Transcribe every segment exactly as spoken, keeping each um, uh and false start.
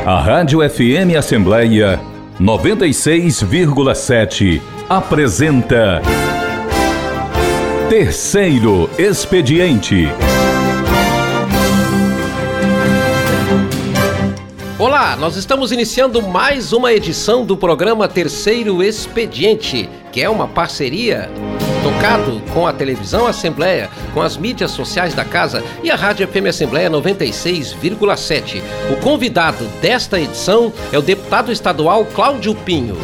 A Rádio F M Assembleia noventa e seis vírgula sete apresenta Terceiro Expediente. Olá, nós estamos iniciando mais uma edição do programa Terceiro Expediente, que é uma parceria tocado com a televisão Assembleia, com as mídias sociais da casa e a Rádio F M Assembleia noventa e seis vírgula sete. O convidado desta edição é o deputado estadual Cláudio Pinho.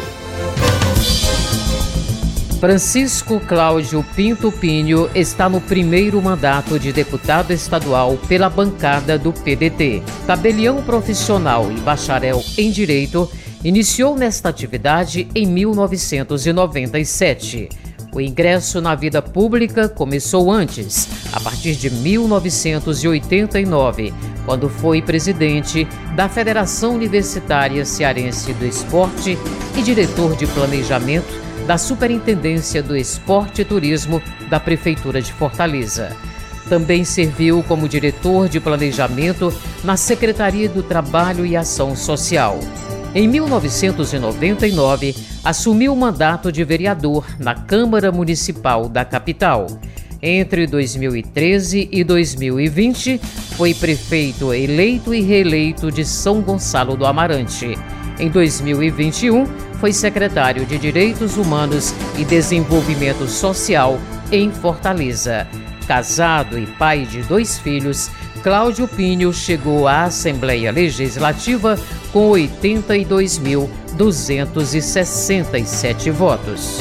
Francisco Cláudio Pinto Pinho está no primeiro mandato de deputado estadual pela bancada do P D T. Tabelião profissional e bacharel em Direito, iniciou nesta atividade em mil novecentos e noventa e sete. O ingresso na vida pública começou antes, a partir de mil novecentos e oitenta e nove, quando foi presidente da Federação Universitária Cearense do Esporte e diretor de planejamento da Superintendência do Esporte e Turismo da Prefeitura de Fortaleza. Também serviu como diretor de planejamento na Secretaria do Trabalho e Ação Social. Em mil novecentos e noventa e nove, assumiu o mandato de vereador na Câmara Municipal da capital. Entre dois mil e treze e dois mil e vinte, foi prefeito eleito e reeleito de São Gonçalo do Amarante. Em dois mil e vinte e um, foi secretário de Direitos Humanos e Desenvolvimento Social em Fortaleza. Casado e pai de dois filhos, Cláudio Pinho chegou à Assembleia Legislativa com oitenta e dois mil duzentos e sessenta e sete votos.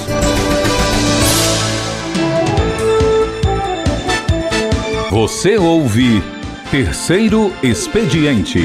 Você ouve Terceiro Expediente.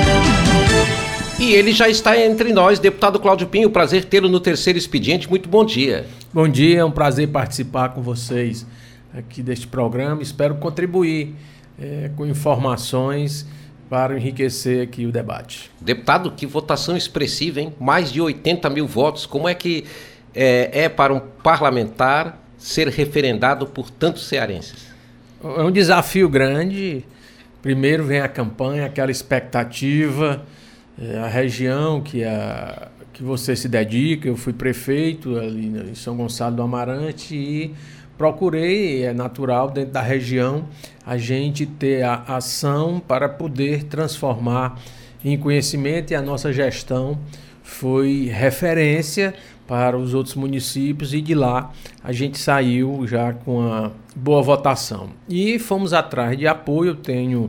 E ele já está entre nós, deputado Cláudio Pinho. Prazer tê-lo no Terceiro Expediente. Muito bom dia. Bom dia, é um prazer participar com vocês aqui deste programa. Espero contribuir é, com informações para enriquecer aqui o debate. Deputado, que votação expressiva, hein? Mais de oitenta mil votos. Como é que é, é para um parlamentar ser referendado por tantos cearenses? É um desafio grande. Primeiro vem a campanha, aquela expectativa, é, a região que, a, que você se dedica. Eu fui prefeito ali em São Gonçalo do Amarante e procurei, é natural, dentro da região, a gente ter a ação para poder transformar em conhecimento, e a nossa gestão foi referência para os outros municípios, e de lá a gente saiu já com a boa votação. E fomos atrás de apoio. Eu tenho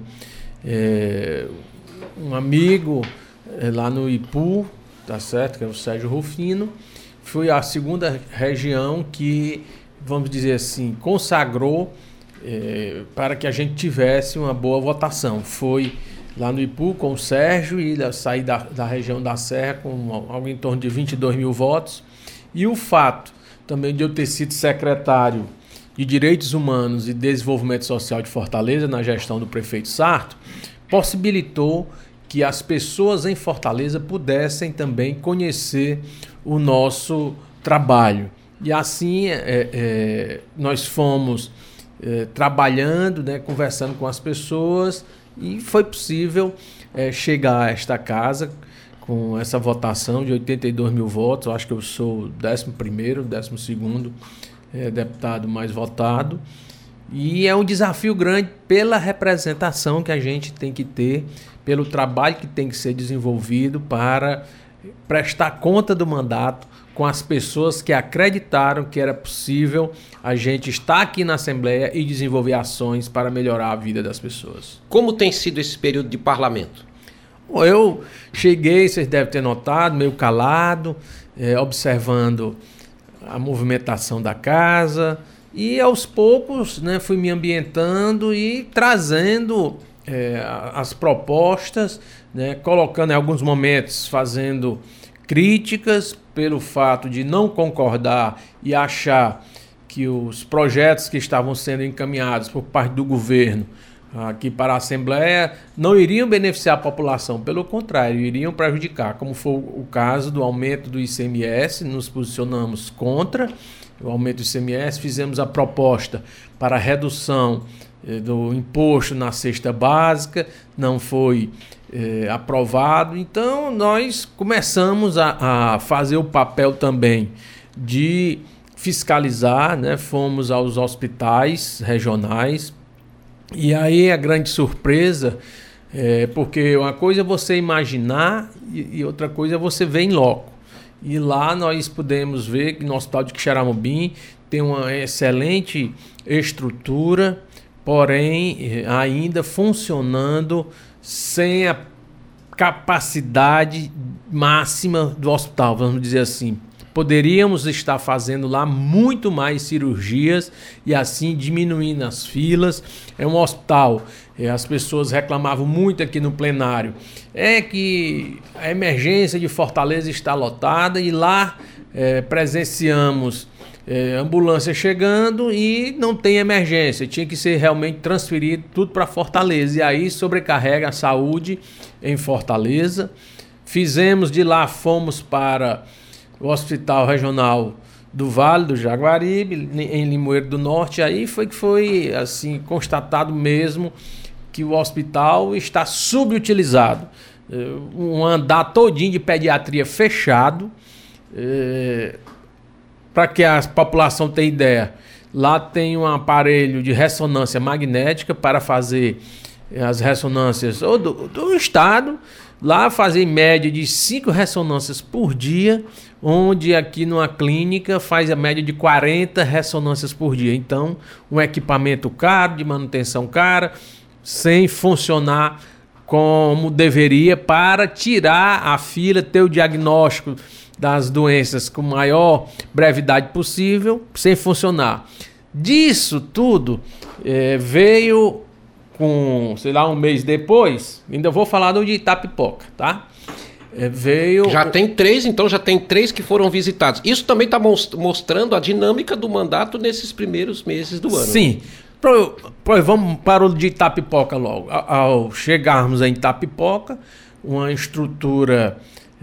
é, um amigo é, lá no Ipu, tá certo, que é o Sérgio Rufino. Foi a segunda região que, vamos dizer assim, consagrou é, para que a gente tivesse uma boa votação. Foi lá no Ipu com o Sérgio, e saí da, da região da Serra com algo em torno de vinte e dois mil votos. E o fato também de eu ter sido secretário de Direitos Humanos e Desenvolvimento Social de Fortaleza, na gestão do prefeito Sarto, possibilitou que as pessoas em Fortaleza pudessem também conhecer o nosso trabalho. E assim é, é, nós fomos é, trabalhando, né, conversando com as pessoas, e foi possível é, chegar a esta casa com essa votação de oitenta e dois mil votos. Eu acho que eu sou o décimo primeiro, décimo segundo é, deputado mais votado. E é um desafio grande pela representação que a gente tem que ter, pelo trabalho que tem que ser desenvolvido para prestar conta do mandato com as pessoas que acreditaram que era possível a gente estar aqui na Assembleia e desenvolver ações para melhorar a vida das pessoas. Como tem sido esse período de parlamento? Bom, eu cheguei, vocês devem ter notado, meio calado, é, observando a movimentação da casa, e aos poucos, né, fui me ambientando e trazendo é, as propostas, né, colocando em alguns momentos, fazendo críticas pelo fato de não concordar e achar que os projetos que estavam sendo encaminhados por parte do governo aqui para a Assembleia não iriam beneficiar a população, pelo contrário, iriam prejudicar, como foi o caso do aumento do I C M S. Nos posicionamos contra o aumento do I C M S, fizemos a proposta para a redução do imposto na cesta básica, não foi eh, aprovado. Então, nós começamos a, a fazer o papel também de fiscalizar, né? Fomos aos hospitais regionais, e aí a grande surpresa é porque uma coisa é você imaginar e, e outra coisa é você ver em loco. E lá nós pudemos ver que no Hospital de Quixeramobim tem uma excelente estrutura, porém ainda funcionando sem a capacidade máxima do hospital, vamos dizer assim. Poderíamos estar fazendo lá muito mais cirurgias e assim diminuindo as filas. É um hospital, é, as pessoas reclamavam muito aqui no plenário, é que a emergência de Fortaleza está lotada, e lá é, presenciamos é, ambulância chegando e não tem emergência. Tinha que ser realmente transferido tudo para Fortaleza, e aí sobrecarrega a saúde em Fortaleza. Fizemos de lá, fomos para o Hospital Regional do Vale do Jaguaribe, em Limoeiro do Norte. Aí foi que foi assim constatado mesmo que o hospital está subutilizado. Um andar todinho de pediatria fechado. É, para que a população tenha ideia, lá tem um aparelho de ressonância magnética para fazer as ressonâncias do, do estado. Lá fazem em média de cinco ressonâncias por dia, onde aqui numa clínica faz a média de quarenta ressonâncias por dia. Então, um equipamento caro, de manutenção cara, sem funcionar como deveria, para tirar a fila, ter o diagnóstico das doenças com maior brevidade possível, sem funcionar. Disso tudo, é, veio... com, sei lá, um mês depois, ainda vou falar do de Itapipoca, tá? É, veio... Já tem três, então já tem três que foram visitados. Isso também está mostrando a dinâmica do mandato nesses primeiros meses do ano. Sim. Pro, pro, vamos para o de Itapipoca logo. Ao chegarmos em Itapipoca, uma estrutura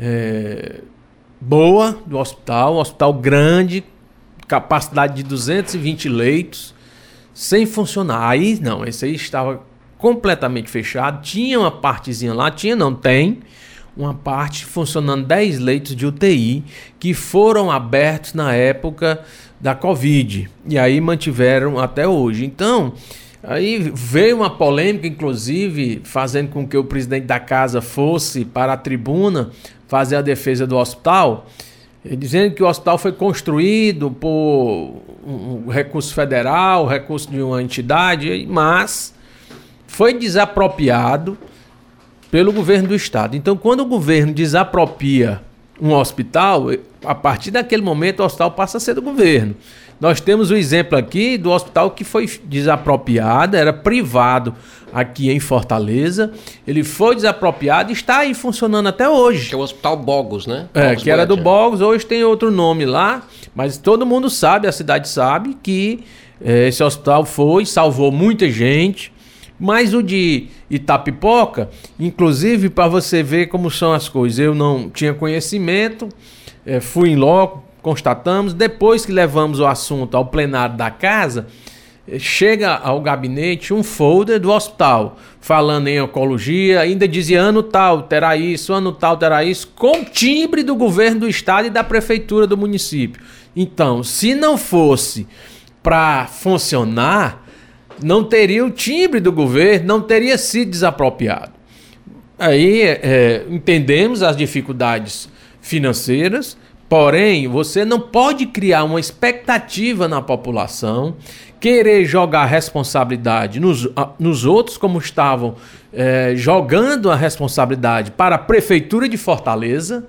é, boa do hospital, um hospital grande, capacidade de duzentos e vinte leitos, sem funcionar. Aí não, esse aí estava completamente fechado. Tinha uma partezinha lá, tinha não, tem uma parte funcionando dez leitos de U T I que foram abertos na época da Covid, e aí mantiveram até hoje. Então, aí veio uma polêmica, inclusive, fazendo com que o presidente da casa fosse para a tribuna fazer a defesa do hospital, dizendo que o hospital foi construído por um recurso federal, recurso de uma entidade, mas foi desapropriado pelo governo do estado. Então, quando o governo desapropria um hospital, a partir daquele momento o hospital passa a ser do governo. Nós temos o exemplo aqui do hospital que foi desapropriado, era privado aqui em Fortaleza, ele foi desapropriado e está aí funcionando até hoje. Que é o Hospital Bogos, né? É, Bogos que era do Boetia. Bogos, hoje tem outro nome lá, mas todo mundo sabe, a cidade sabe que é, esse hospital foi, salvou muita gente. Mas o de Itapipoca, inclusive para você ver como são as coisas, eu não tinha conhecimento, é, fui em loco, constatamos, depois que levamos o assunto ao plenário da casa, chega ao gabinete um folder do hospital, falando em oncologia, ainda dizia ano tal terá isso, ano tal terá isso, com timbre do governo do estado e da prefeitura do município. Então, se não fosse para funcionar, não teria o timbre do governo, não teria sido desapropriado. Aí é, entendemos as dificuldades financeiras, porém, você não pode criar uma expectativa na população, querer jogar a responsabilidade nos, nos outros, como estavam é, jogando a responsabilidade para a Prefeitura de Fortaleza,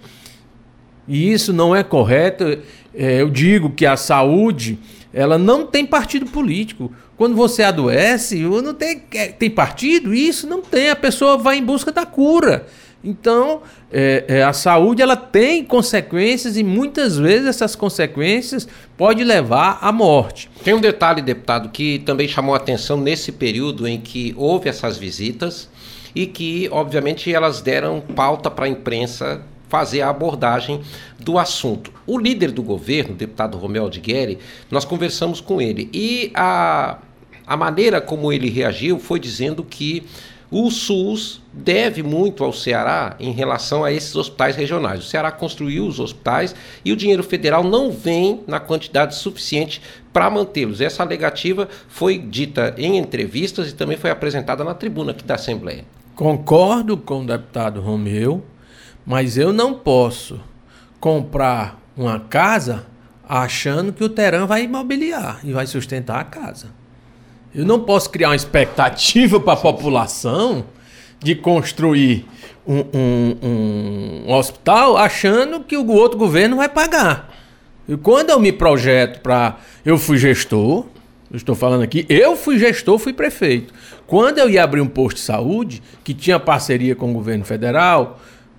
e isso não é correto. É, eu digo que a saúde, ela não tem partido político. Quando você adoece, não tem, tem partido? Isso não tem, a pessoa vai em busca da cura. Então, é, é, a saúde ela tem consequências e muitas vezes essas consequências podem levar à morte. Tem um detalhe, deputado, que também chamou a atenção nesse período em que houve essas visitas e que, obviamente, elas deram pauta para a imprensa fazer a abordagem do assunto. O líder do governo, o deputado Romeu Aldigueri, nós conversamos com ele e a, a maneira como ele reagiu foi dizendo que o SUS deve muito ao Ceará em relação a esses hospitais regionais. O Ceará construiu os hospitais e o dinheiro federal não vem na quantidade suficiente para mantê-los. Essa alegativa foi dita em entrevistas e também foi apresentada na tribuna aqui da Assembleia. Concordo com o deputado Romeu, mas eu não posso comprar uma casa achando que o Teran vai imobiliar e vai sustentar a casa. Eu não posso criar uma expectativa para a população de construir um, um, um hospital achando que o outro governo vai pagar. E quando eu me projeto para... Eu fui gestor, eu estou falando aqui, eu fui gestor, fui prefeito. Quando eu ia abrir um posto de saúde, que tinha parceria com o governo federal,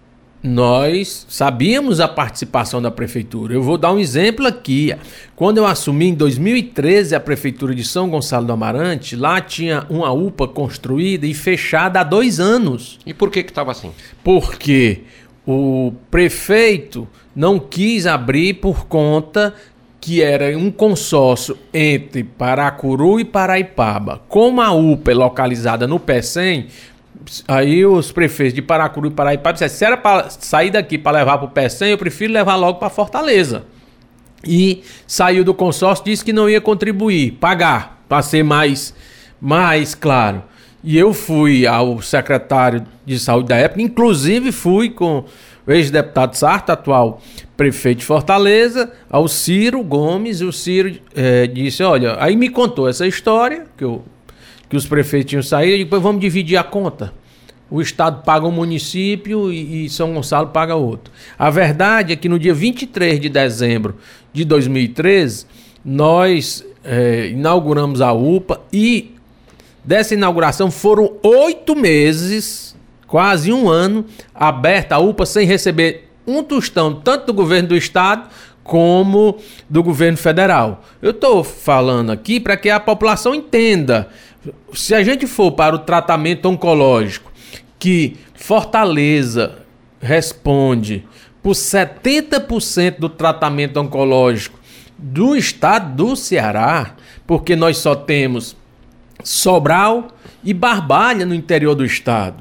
nós sabíamos a participação da prefeitura. Eu vou dar um exemplo aqui. Quando eu assumi em dois mil e treze a prefeitura de São Gonçalo do Amarante, lá tinha uma U P A construída e fechada há dois anos. E por que que estava assim? Porque o prefeito não quis abrir por conta que era um consórcio entre Paracuru e Paraipaba. Como a U P A é localizada no Pecém, aí os prefeitos de Paracuru e Paraipaba disseram, se era para sair daqui para levar para o Pecém, eu prefiro levar logo para Fortaleza. E saiu do consórcio, disse que não ia contribuir, pagar, para ser mais, mais claro. E eu fui ao secretário de saúde da época, inclusive fui com o ex-deputado Sarto, atual prefeito de Fortaleza, ao Ciro Gomes, e o Ciro é, disse, olha, aí me contou essa história, que eu... que os prefeitos tinham saído, e depois vamos dividir a conta. O Estado paga um município e, e São Gonçalo paga outro. A verdade é que no dia vinte e três de dezembro de dois mil e treze, nós é, inauguramos a U P A e dessa inauguração foram oito meses, quase um ano, aberta a U P A sem receber um tostão, tanto do governo do Estado como do governo federal. Eu estou falando aqui para que a população entenda. Se a gente for para o tratamento oncológico, que Fortaleza responde por setenta por cento do tratamento oncológico do estado do Ceará, porque nós só temos Sobral e Barbalha no interior do estado.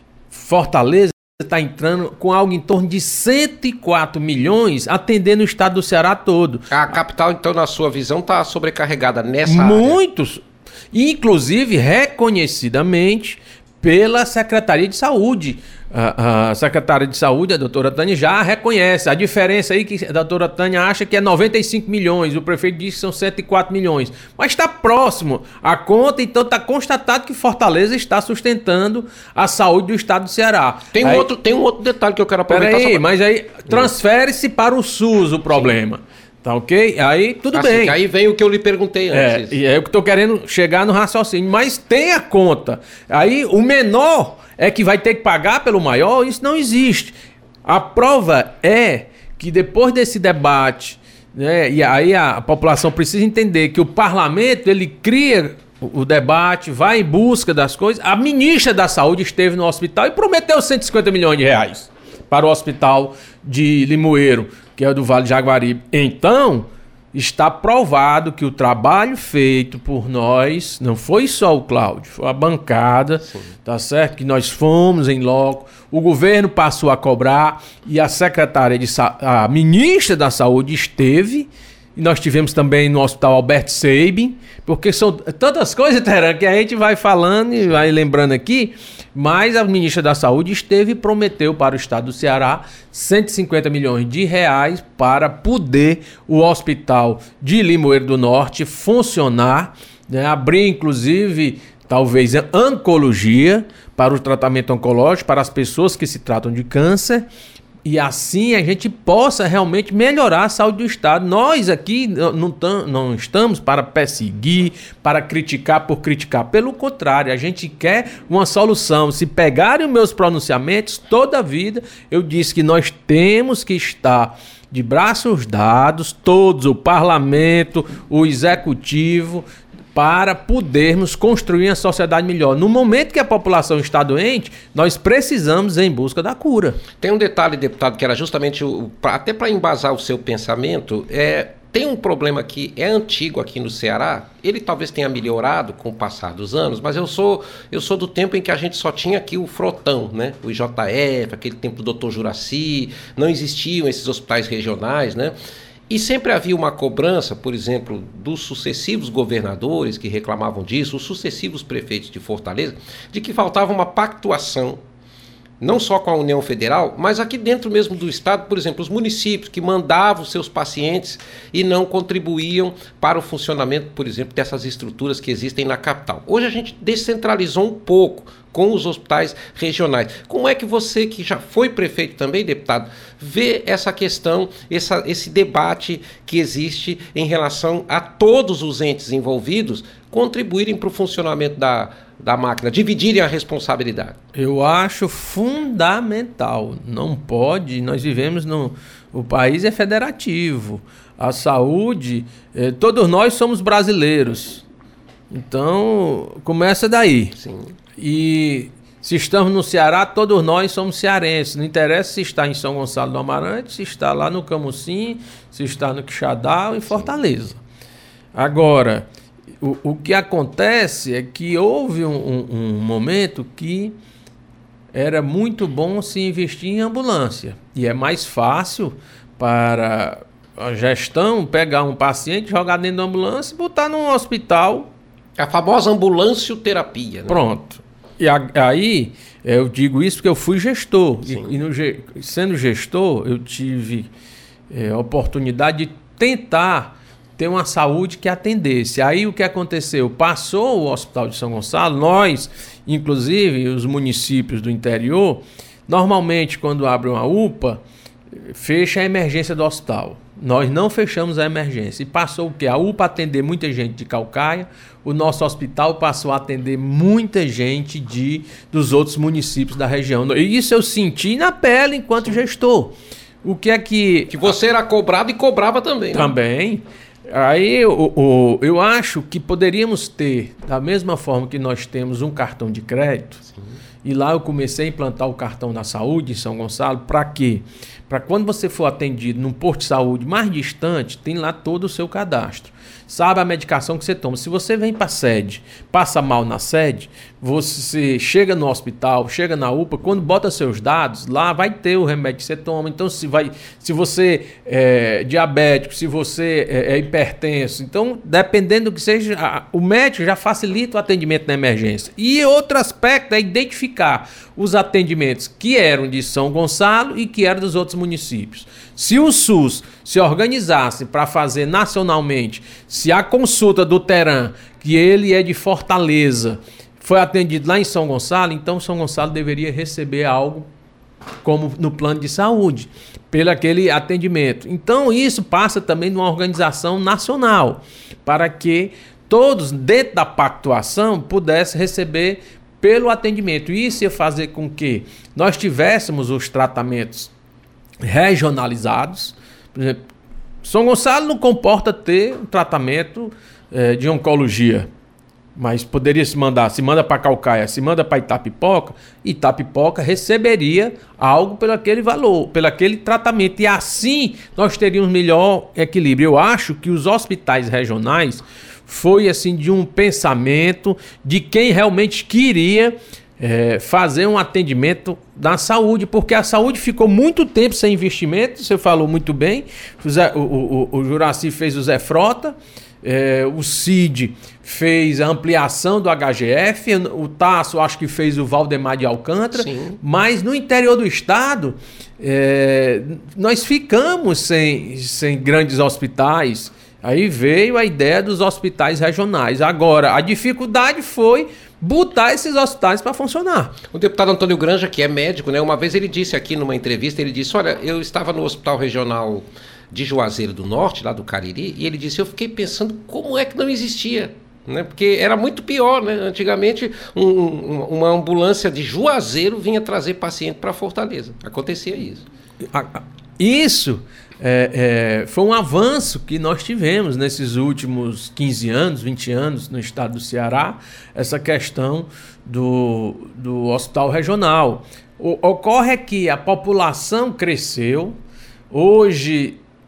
Fortaleza está entrando com algo em torno de cento e quatro milhões, atendendo o estado do Ceará todo. A capital, então, na sua visão, está sobrecarregada nessa área? Muitos. Inclusive reconhecidamente pela Secretaria de Saúde. A, a secretária de Saúde, a doutora Tânia, já reconhece a diferença aí que a doutora Tânia acha que é noventa e cinco milhões, o prefeito diz que são cento e quatro milhões, mas está próximo a conta, então está constatado que Fortaleza está sustentando a saúde do estado do Ceará. Tem um, aí, outro, tem um outro detalhe que eu quero aproveitar. Peraí, pra... mas aí transfere-se para o SUS o problema. Sim. Tá ok? Aí tudo assim, bem. Aí vem o que eu lhe perguntei antes. É, e é o que eu tô querendo chegar no raciocínio. Mas tem a conta. Aí o menor é que vai ter que pagar pelo maior, isso não existe. A prova é que depois desse debate, né, e aí a, a população precisa entender que o parlamento, ele cria o, o debate, vai em busca das coisas. A ministra da Saúde esteve no hospital e prometeu cento e cinquenta milhões de reais para o hospital de Limoeiro, que é o do Vale de Jaguaribe. Então, está provado que o trabalho feito por nós, não foi só o Cláudio, foi a bancada, sim, tá certo? Que nós fomos em loco, o governo passou a cobrar e a secretária de a ministra da Saúde esteve, e nós tivemos também no Hospital Alberto Sabin, porque são tantas coisas, Teran, que a gente vai falando e vai lembrando aqui, mas a ministra da Saúde esteve e prometeu para o estado do Ceará cento e cinquenta milhões de reais para poder o hospital de Limoeiro do Norte funcionar, né, abrir inclusive talvez oncologia para o tratamento oncológico para as pessoas que se tratam de câncer. E assim a gente possa realmente melhorar a saúde do estado. Nós aqui não, tam, não estamos para perseguir, para criticar por criticar. Pelo contrário, a gente quer uma solução. Se pegarem os meus pronunciamentos, toda a vida eu disse que nós temos que estar de braços dados, todos, o parlamento, o executivo, para podermos construir uma sociedade melhor. No momento que a população está doente, nós precisamos ir em busca da cura. Tem um detalhe, deputado, que era justamente, o, até para embasar o seu pensamento, é tem um problema que é antigo aqui no Ceará, ele talvez tenha melhorado com o passar dos anos, mas eu sou, eu sou do tempo em que a gente só tinha aqui o Frotão, né? O I J F, aquele tempo do doutor Juraci, não existiam esses hospitais regionais, né? E sempre havia uma cobrança, por exemplo, dos sucessivos governadores que reclamavam disso, os sucessivos prefeitos de Fortaleza, de que faltava uma pactuação, não só com a União Federal, mas aqui dentro mesmo do Estado, por exemplo, os municípios que mandavam seus pacientes e não contribuíam para o funcionamento, por exemplo, dessas estruturas que existem na capital. Hoje a gente descentralizou um pouco com os hospitais regionais. Como é que você, que já foi prefeito também, deputado, vê essa questão, essa, esse debate que existe em relação a todos os entes envolvidos contribuírem para o funcionamento da da máquina, dividirem a responsabilidade? Eu acho fundamental. Não pode, nós vivemos no... O país é federativo. A saúde, eh, todos nós somos brasileiros. Então, começa daí. Sim. E se estamos no Ceará, todos nós somos cearenses. Não interessa se está em São Gonçalo do Amarante, se está lá no Camusim, se está no Quixadá ou em Fortaleza. Agora... O, o que acontece é que houve um, um, um momento que era muito bom se investir em ambulância. E é mais fácil para a gestão pegar um paciente, jogar dentro da ambulância e botar num hospital. A famosa ambulancioterapia, né? Pronto. E a, aí eu digo isso porque eu fui gestor. E, e no, sendo gestor, eu tive é, a oportunidade de tentar ter uma saúde que atendesse. Aí o que aconteceu? Passou o Hospital de São Gonçalo, nós, inclusive os municípios do interior, normalmente quando abre uma U P A, fecha a emergência do hospital. Nós não fechamos a emergência. E passou o quê? A U P A atender muita gente de Caucaia, o nosso hospital passou a atender muita gente de, dos outros municípios da região. E isso eu senti na pele enquanto gestor. O que é que... Que você era cobrado e cobrava também, né? Também. Aí o, o, eu acho que poderíamos ter, da mesma forma que nós temos um cartão de crédito, sim, e lá eu comecei a implantar o cartão da saúde em São Gonçalo, para quê? Para quando você for atendido num posto de saúde mais distante, tem lá todo o seu cadastro. Sabe a medicação que você toma. Se você vem para a sede, passa mal na sede, você chega no hospital, chega na U P A, quando bota seus dados, lá vai ter o remédio que você toma. Então, se, vai, se você é diabético, se você é, é hipertenso, então, dependendo do que seja, o médico já facilita o atendimento na emergência. E outro aspecto é identificar os atendimentos que eram de São Gonçalo e que eram dos outros municípios. Se o SUS se organizasse para fazer nacionalmente, se a consulta do Teran, que ele é de Fortaleza, foi atendido lá em São Gonçalo, então São Gonçalo deveria receber algo como no plano de saúde, pelo aquele atendimento. Então isso passa também de uma organização nacional, para que todos dentro da pactuação pudessem receber pelo atendimento. Isso ia fazer com que nós tivéssemos os tratamentos regionalizados. Por exemplo, São Gonçalo não comporta ter um tratamento eh, de oncologia, mas poderia se mandar, se manda para Caucaia, se manda para Itapipoca, Itapipoca receberia algo pelo aquele valor, pelo aquele tratamento, e assim nós teríamos melhor equilíbrio. Eu acho que os hospitais regionais foi assim de um pensamento de quem realmente queria É, fazer um atendimento da saúde, porque a saúde ficou muito tempo sem investimento. Você falou muito bem, o, Zé, o, o, o Juraci fez o Zé Frota, é, o Cid fez a ampliação do H G F, o Tasso acho que fez o Valdemar de Alcântara. Sim. Mas no interior do estado é, nós ficamos sem, sem grandes hospitais. Aí veio a ideia dos hospitais regionais. Agora, a dificuldade foi botar esses hospitais para funcionar. O deputado Antônio Granja, que é médico, né, uma vez ele disse aqui numa entrevista, ele disse, olha, eu estava no Hospital Regional de Juazeiro do Norte, lá do Cariri, e ele disse, eu fiquei pensando como é que não existia, né, porque era muito pior, né, antigamente um, um, uma ambulância de Juazeiro vinha trazer paciente para Fortaleza, acontecia isso. Isso é, é, foi um avanço que nós tivemos nesses últimos quinze anos, vinte anos no estado do Ceará, essa questão do, do hospital regional. O, ocorre que a população cresceu, hoje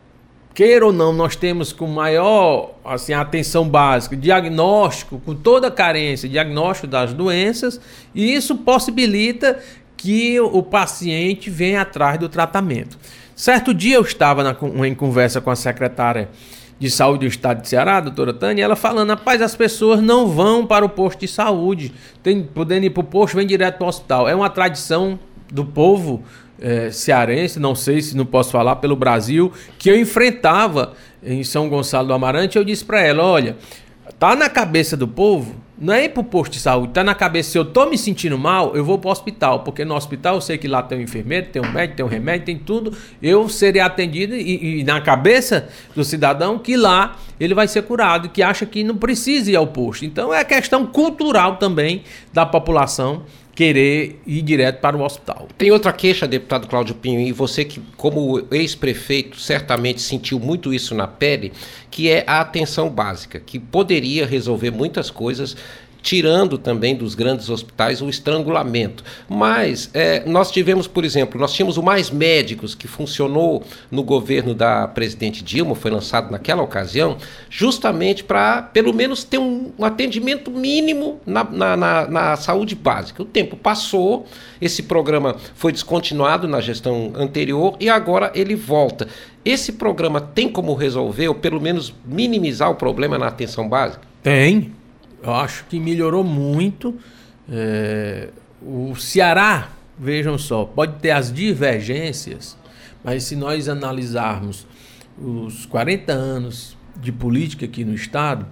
queira ou não, nós temos com maior assim, atenção básica, diagnóstico, com toda a carência, diagnóstico das doenças, e isso possibilita que o paciente venha atrás do tratamento. Certo dia eu estava na, em conversa com a secretária de Saúde do Estado de Ceará, a doutora Tânia, ela falando, rapaz, as pessoas não vão para o posto de saúde, tem, podendo ir para o posto, vem direto para o hospital. É uma tradição do povo é, cearense, não sei se não posso falar, pelo Brasil, que eu enfrentava em São Gonçalo do Amarante. Eu disse para ela, olha, tá na cabeça do povo, não é ir para o posto de saúde, tá na cabeça, se eu tô me sentindo mal, eu vou para o hospital, porque no hospital eu sei que lá tem um enfermeiro, tem um médico, tem um remédio, tem tudo, eu serei atendido e, e na cabeça do cidadão que lá ele vai ser curado, que acha que não precisa ir ao posto. Então é questão cultural também da população querer ir direto para o hospital. Tem outra queixa, deputado Cláudio Pinho, e você que, como ex-prefeito, certamente sentiu muito isso na pele, que é a atenção básica, que poderia resolver muitas coisas, tirando também dos grandes hospitais o estrangulamento. Mas é, nós tivemos, por exemplo, nós tínhamos o Mais Médicos, que funcionou no governo da presidente Dilma, foi lançado naquela ocasião, justamente para, pelo menos, ter um, um atendimento mínimo na, na, na, na saúde básica. O tempo passou, esse programa foi descontinuado na gestão anterior e agora ele volta. Esse programa tem como resolver, ou pelo menos minimizar o problema na atenção básica? Tem. Eu acho que melhorou muito. É, o Ceará, vejam só, pode ter as divergências, mas se nós analisarmos os quarenta anos de política aqui no estado,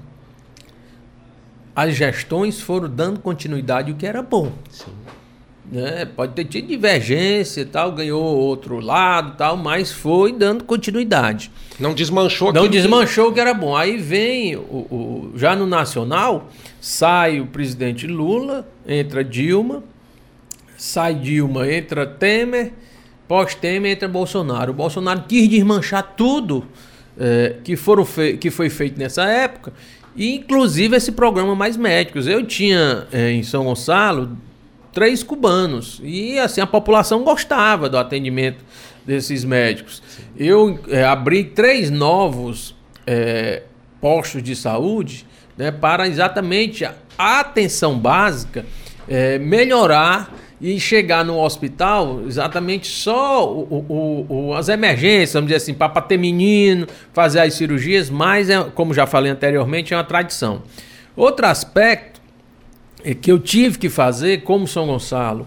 as gestões foram dando continuidade, o que era bom. Sim. Né? Pode ter tido divergência, tal, ganhou outro lado, tal, mas foi dando continuidade. Não desmanchou Não desmanchou o que... que era bom. Aí vem, o, o, já no Nacional, sai o presidente Lula, entra Dilma, sai Dilma, entra Temer, pós-Temer entra Bolsonaro. O Bolsonaro quis desmanchar tudo é, que, foram fe... que foi feito nessa época, e inclusive esse programa Mais Médicos. Eu tinha é, em São Gonçalo três cubanos, e assim a população gostava do atendimento desses médicos. Sim. Eu é, abri três novos é, postos de saúde, né, para exatamente a atenção básica é, melhorar e chegar no hospital exatamente só o, o, o, as emergências, vamos dizer assim, para ter menino, fazer as cirurgias, mas, é, como já falei anteriormente, é uma tradição. Outro aspecto é que eu tive que fazer, como São Gonçalo,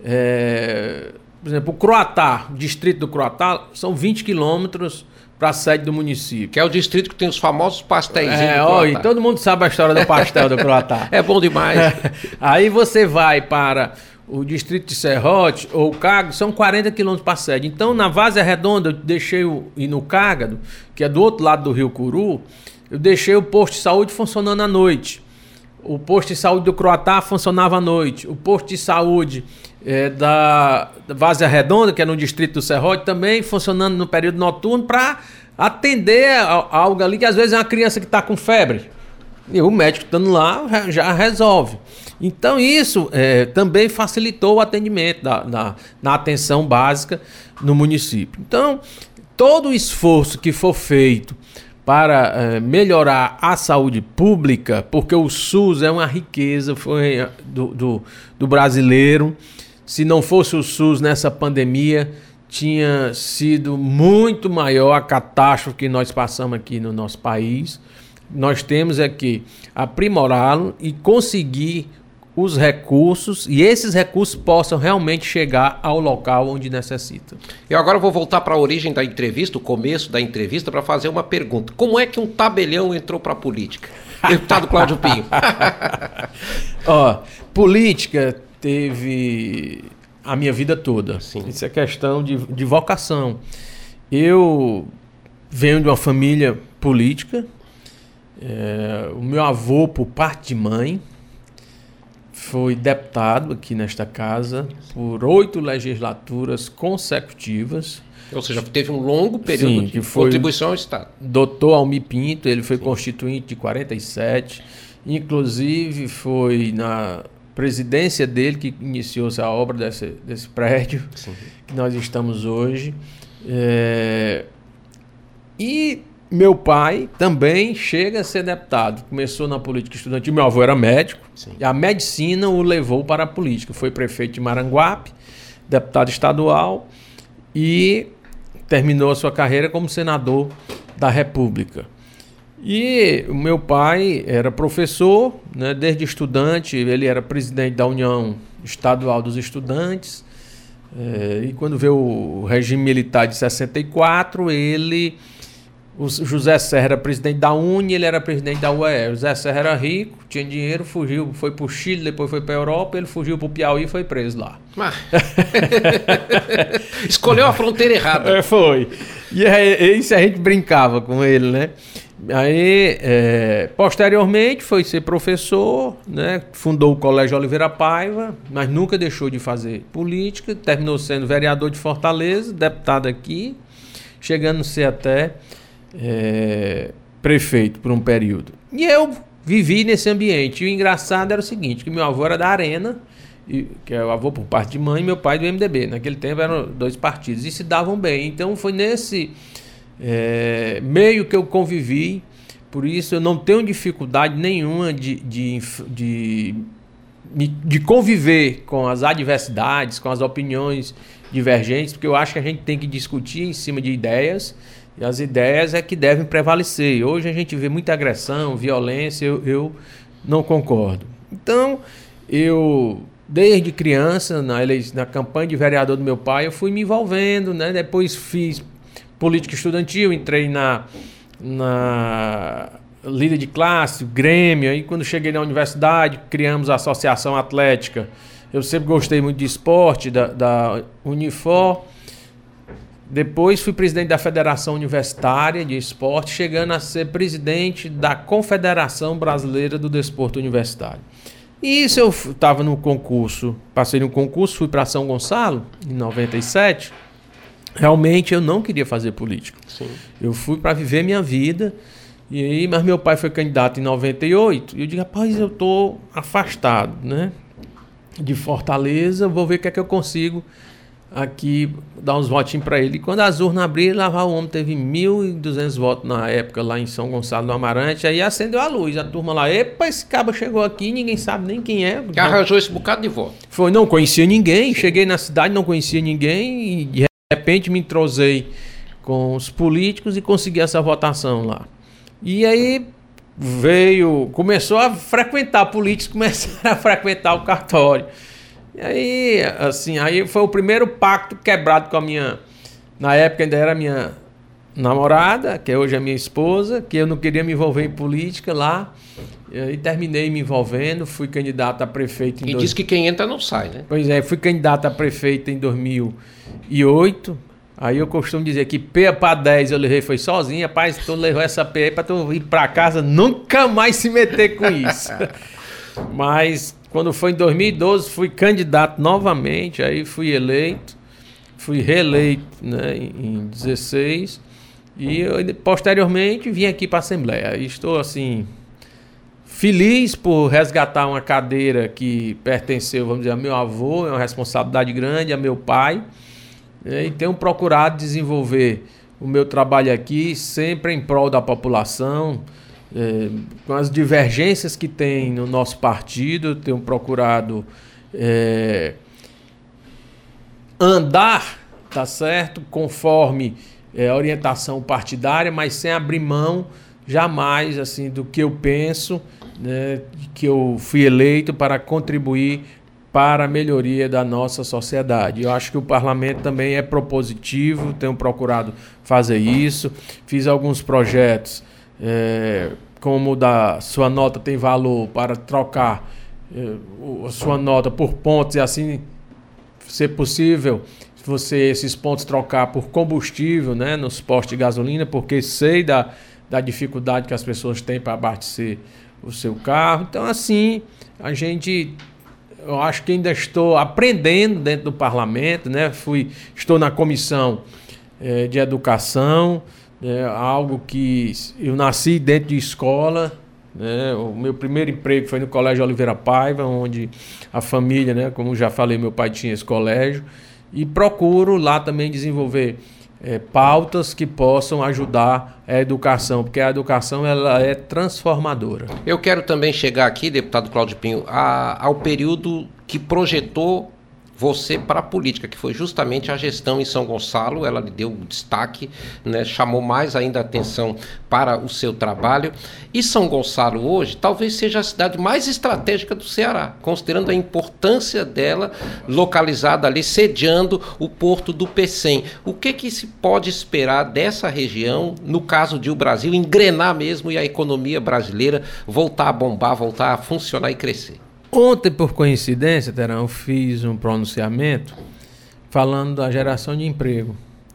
é, por exemplo, o Croatá, o distrito do Croatá, são vinte quilômetros para a sede do município. Que é o distrito que tem os famosos pastéis. É, ó, e todo mundo sabe a história do pastel do Croatá. É bom demais. Aí você vai para o distrito de Serrote ou Cágado, são quarenta quilômetros para a sede. Então, na Várzea Redonda, eu deixei o, e no Cágado, que é do outro lado do Rio Curu, eu deixei o posto de saúde funcionando à noite. O posto de saúde do Croatá funcionava à noite. O posto de saúde é, da, da Várzea Redonda, que é no distrito do Serrote, também funcionando no período noturno para atender a, a algo ali que às vezes é uma criança que está com febre. E o médico estando lá já resolve. Então isso é, também facilitou o atendimento da, da, na atenção básica no município. Então, todo o esforço que for feito para eh, melhorar a saúde pública, porque o SUS é uma riqueza foi do, do, do brasileiro. Se não fosse o SUS nessa pandemia, tinha sido muito maior a catástrofe que nós passamos aqui no nosso país. Nós temos é que aprimorá-lo e conseguir os recursos, e esses recursos possam realmente chegar ao local onde necessita. Eu agora vou voltar para a origem da entrevista, o começo da entrevista, para fazer uma pergunta. Como é que um tabelião entrou para a política? Deputado Cláudio Pinho. Ó, política teve a minha vida toda. Sim. Isso é questão de, de vocação. Eu venho de uma família política. É, o meu avô, por parte de mãe, foi deputado aqui nesta casa por oito legislaturas consecutivas. Ou seja, teve um longo período Sim, de que foi contribuição ao Estado. doutor Almir Pinto, ele foi Sim. constituinte de quarenta e sete, inclusive foi na presidência dele que iniciou-se a obra desse, desse prédio Sim. que nós estamos hoje. É... E meu pai também chega a ser deputado. Começou na política estudantil, meu avô era médico. Sim. E a medicina o levou para a política. Foi prefeito de Maranguape, deputado estadual e terminou a sua carreira como senador da República. E o meu pai era professor, né, desde estudante, ele era presidente da União Estadual dos Estudantes. É, e quando veio o regime militar de sessenta e quatro, ele... O José Serra era presidente da Uni, ele era presidente da U E E. O José Serra era rico, tinha dinheiro, fugiu, foi para o Chile, depois foi para a Europa, ele fugiu para o Piauí e foi preso lá. Ah. Escolheu a fronteira errada. É, foi. E aí, isso a gente brincava com ele, né? Aí, é, posteriormente, foi ser professor, né? Fundou o Colégio Oliveira Paiva, mas nunca deixou de fazer política, terminou sendo vereador de Fortaleza, deputado aqui, chegando a ser até... É, prefeito por um período. E eu vivi nesse ambiente. E o engraçado era o seguinte, que meu avô era da Arena, e, que é o avô por parte de mãe, e meu pai do M D B. Naquele tempo eram dois partidos e se davam bem. Então foi nesse é, meio que eu convivi. Por isso eu não tenho dificuldade nenhuma de, de, de, de conviver com as adversidades, com as opiniões divergentes, porque eu acho que a gente tem que discutir em cima de ideias. E as ideias é que devem prevalecer. Hoje a gente vê muita agressão, violência, eu, eu não concordo. Então, eu, desde criança, na, na campanha de vereador do meu pai, eu fui me envolvendo, né? Depois fiz política estudantil, entrei na, na líder de classe, Grêmio. Aí quando cheguei na universidade, criamos a Associação Atlética. Eu sempre gostei muito de esporte, da, da Unifor. Depois fui presidente da Federação Universitária de Esporte, chegando a ser presidente da Confederação Brasileira do Desporto Universitário. E isso eu estava no concurso, passei no concurso, fui para São Gonçalo, em noventa e sete. Realmente eu não queria fazer política. Sim. Eu fui para viver minha vida, e aí, mas meu pai foi candidato em noventa e oito, e eu digo, rapaz, eu estou afastado, né, de Fortaleza, vou ver o que é que eu consigo aqui, dar uns votinhos para ele. E quando as urnas abriram, lá o homem teve mil e duzentos votos na época, lá em São Gonçalo do Amarante. Aí acendeu a luz, a turma lá, epa, esse cabo chegou aqui, ninguém sabe nem quem é. Que arranjou esse bocado de voto. Foi, não conhecia ninguém, cheguei na cidade, não conhecia ninguém, e de repente me entrosei com os políticos e consegui essa votação lá. E aí veio, começou a frequentar políticos, começaram a frequentar o cartório. E aí, assim, aí foi o primeiro pacto quebrado com a minha... Na época ainda era minha namorada, que hoje é minha esposa, que eu não queria me envolver em política lá. E aí terminei me envolvendo, fui candidato a prefeito em... E dois... diz que quem entra não sai, né? Pois é, fui candidato a prefeito em dois mil e oito. Aí eu costumo dizer que P para dez eu levei foi sozinho. Rapaz, tu levou essa P aí para tu ir para casa, nunca mais se meter com isso. Mas... Quando foi em dois mil e doze, fui candidato novamente, aí fui eleito, fui reeleito, né, em dezesseis, e eu, posteriormente vim aqui para a Assembleia. E estou, assim, feliz por resgatar uma cadeira que pertenceu, vamos dizer, a meu avô, é uma responsabilidade grande, a meu pai, né, e tenho procurado desenvolver o meu trabalho aqui sempre em prol da população. É, com as divergências que tem no nosso partido, eu tenho procurado é, andar, tá certo, conforme é, a orientação partidária, mas sem abrir mão jamais assim do que eu penso, né, que eu fui eleito para contribuir para a melhoria da nossa sociedade. Eu acho que o parlamento também é propositivo, tenho procurado fazer isso, fiz alguns projetos. É, como da sua nota tem valor para trocar é, a sua nota por pontos e assim ser possível você esses pontos trocar por combustível, né, nos postos de gasolina, porque sei da, da dificuldade que as pessoas têm para abastecer o seu carro. Então assim, a gente, eu acho que ainda estou aprendendo dentro do parlamento, né, fui, estou na comissão é, de educação. É algo que eu nasci dentro de escola, né? O meu primeiro emprego foi no Colégio Oliveira Paiva, onde a família, né, como já falei, meu pai tinha esse colégio, e procuro lá também desenvolver é, pautas que possam ajudar a educação, porque a educação ela é transformadora. Eu quero também chegar aqui, deputado Cláudio Pinho, a, ao período que projetou você para a política, que foi justamente a gestão em São Gonçalo. Ela lhe deu destaque, né, chamou mais ainda a atenção para o seu trabalho. E São Gonçalo hoje talvez seja a cidade mais estratégica do Ceará, considerando a importância dela, localizada ali, sediando o porto do Pecém. O que que se pode esperar dessa região, no caso de o Brasil engrenar mesmo e a economia brasileira voltar a bombar, voltar a funcionar e crescer? Ontem, por coincidência, Terão, eu fiz um pronunciamento falando da geração de emprego.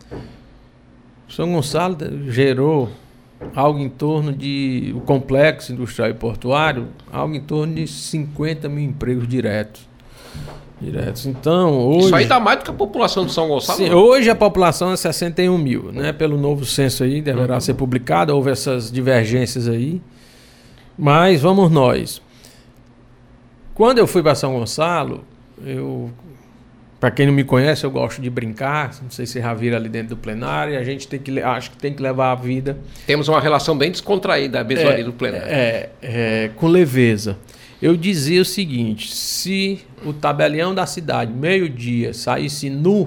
São Gonçalo gerou algo em torno de, o complexo industrial e portuário, algo em torno de cinquenta mil empregos diretos. diretos. Então, hoje... Isso aí dá mais do que a população de São Gonçalo? Sim, hoje a população é sessenta e um mil, né? Pelo novo censo aí, deverá uhum. ser publicado, houve essas divergências aí. Mas vamos nós. Quando eu fui para São Gonçalo, eu, para quem não me conhece, eu gosto de brincar, não sei se você já viram ali dentro do plenário, a gente tem que, acho que tem que levar a vida... Temos uma relação bem descontraída mesmo é, ali do plenário. É, é, com leveza. Eu dizia o seguinte, se o tabelião da cidade, meio-dia, saísse nu,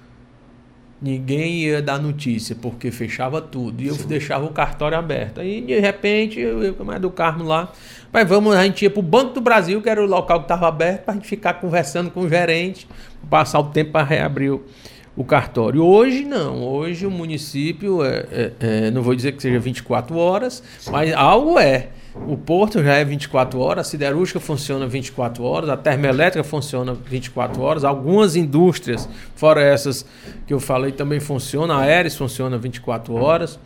ninguém ia dar notícia, porque fechava tudo. E eu Sim. deixava o cartório aberto. Aí, de repente, eu ia com do Carmo lá. Mas vamos, a gente ia para o Banco do Brasil, que era o local que estava aberto, para a gente ficar conversando com o gerente, passar o tempo para reabrir o, o cartório. Hoje, não. Hoje, o município, é, é, é, não vou dizer que seja vinte e quatro horas, Sim. mas algo é. O porto já é vinte e quatro horas, a siderúrgica funciona vinte e quatro horas, a termoelétrica funciona vinte e quatro horas, algumas indústrias, fora essas que eu falei, também funcionam, a Aeres funciona vinte e quatro horas.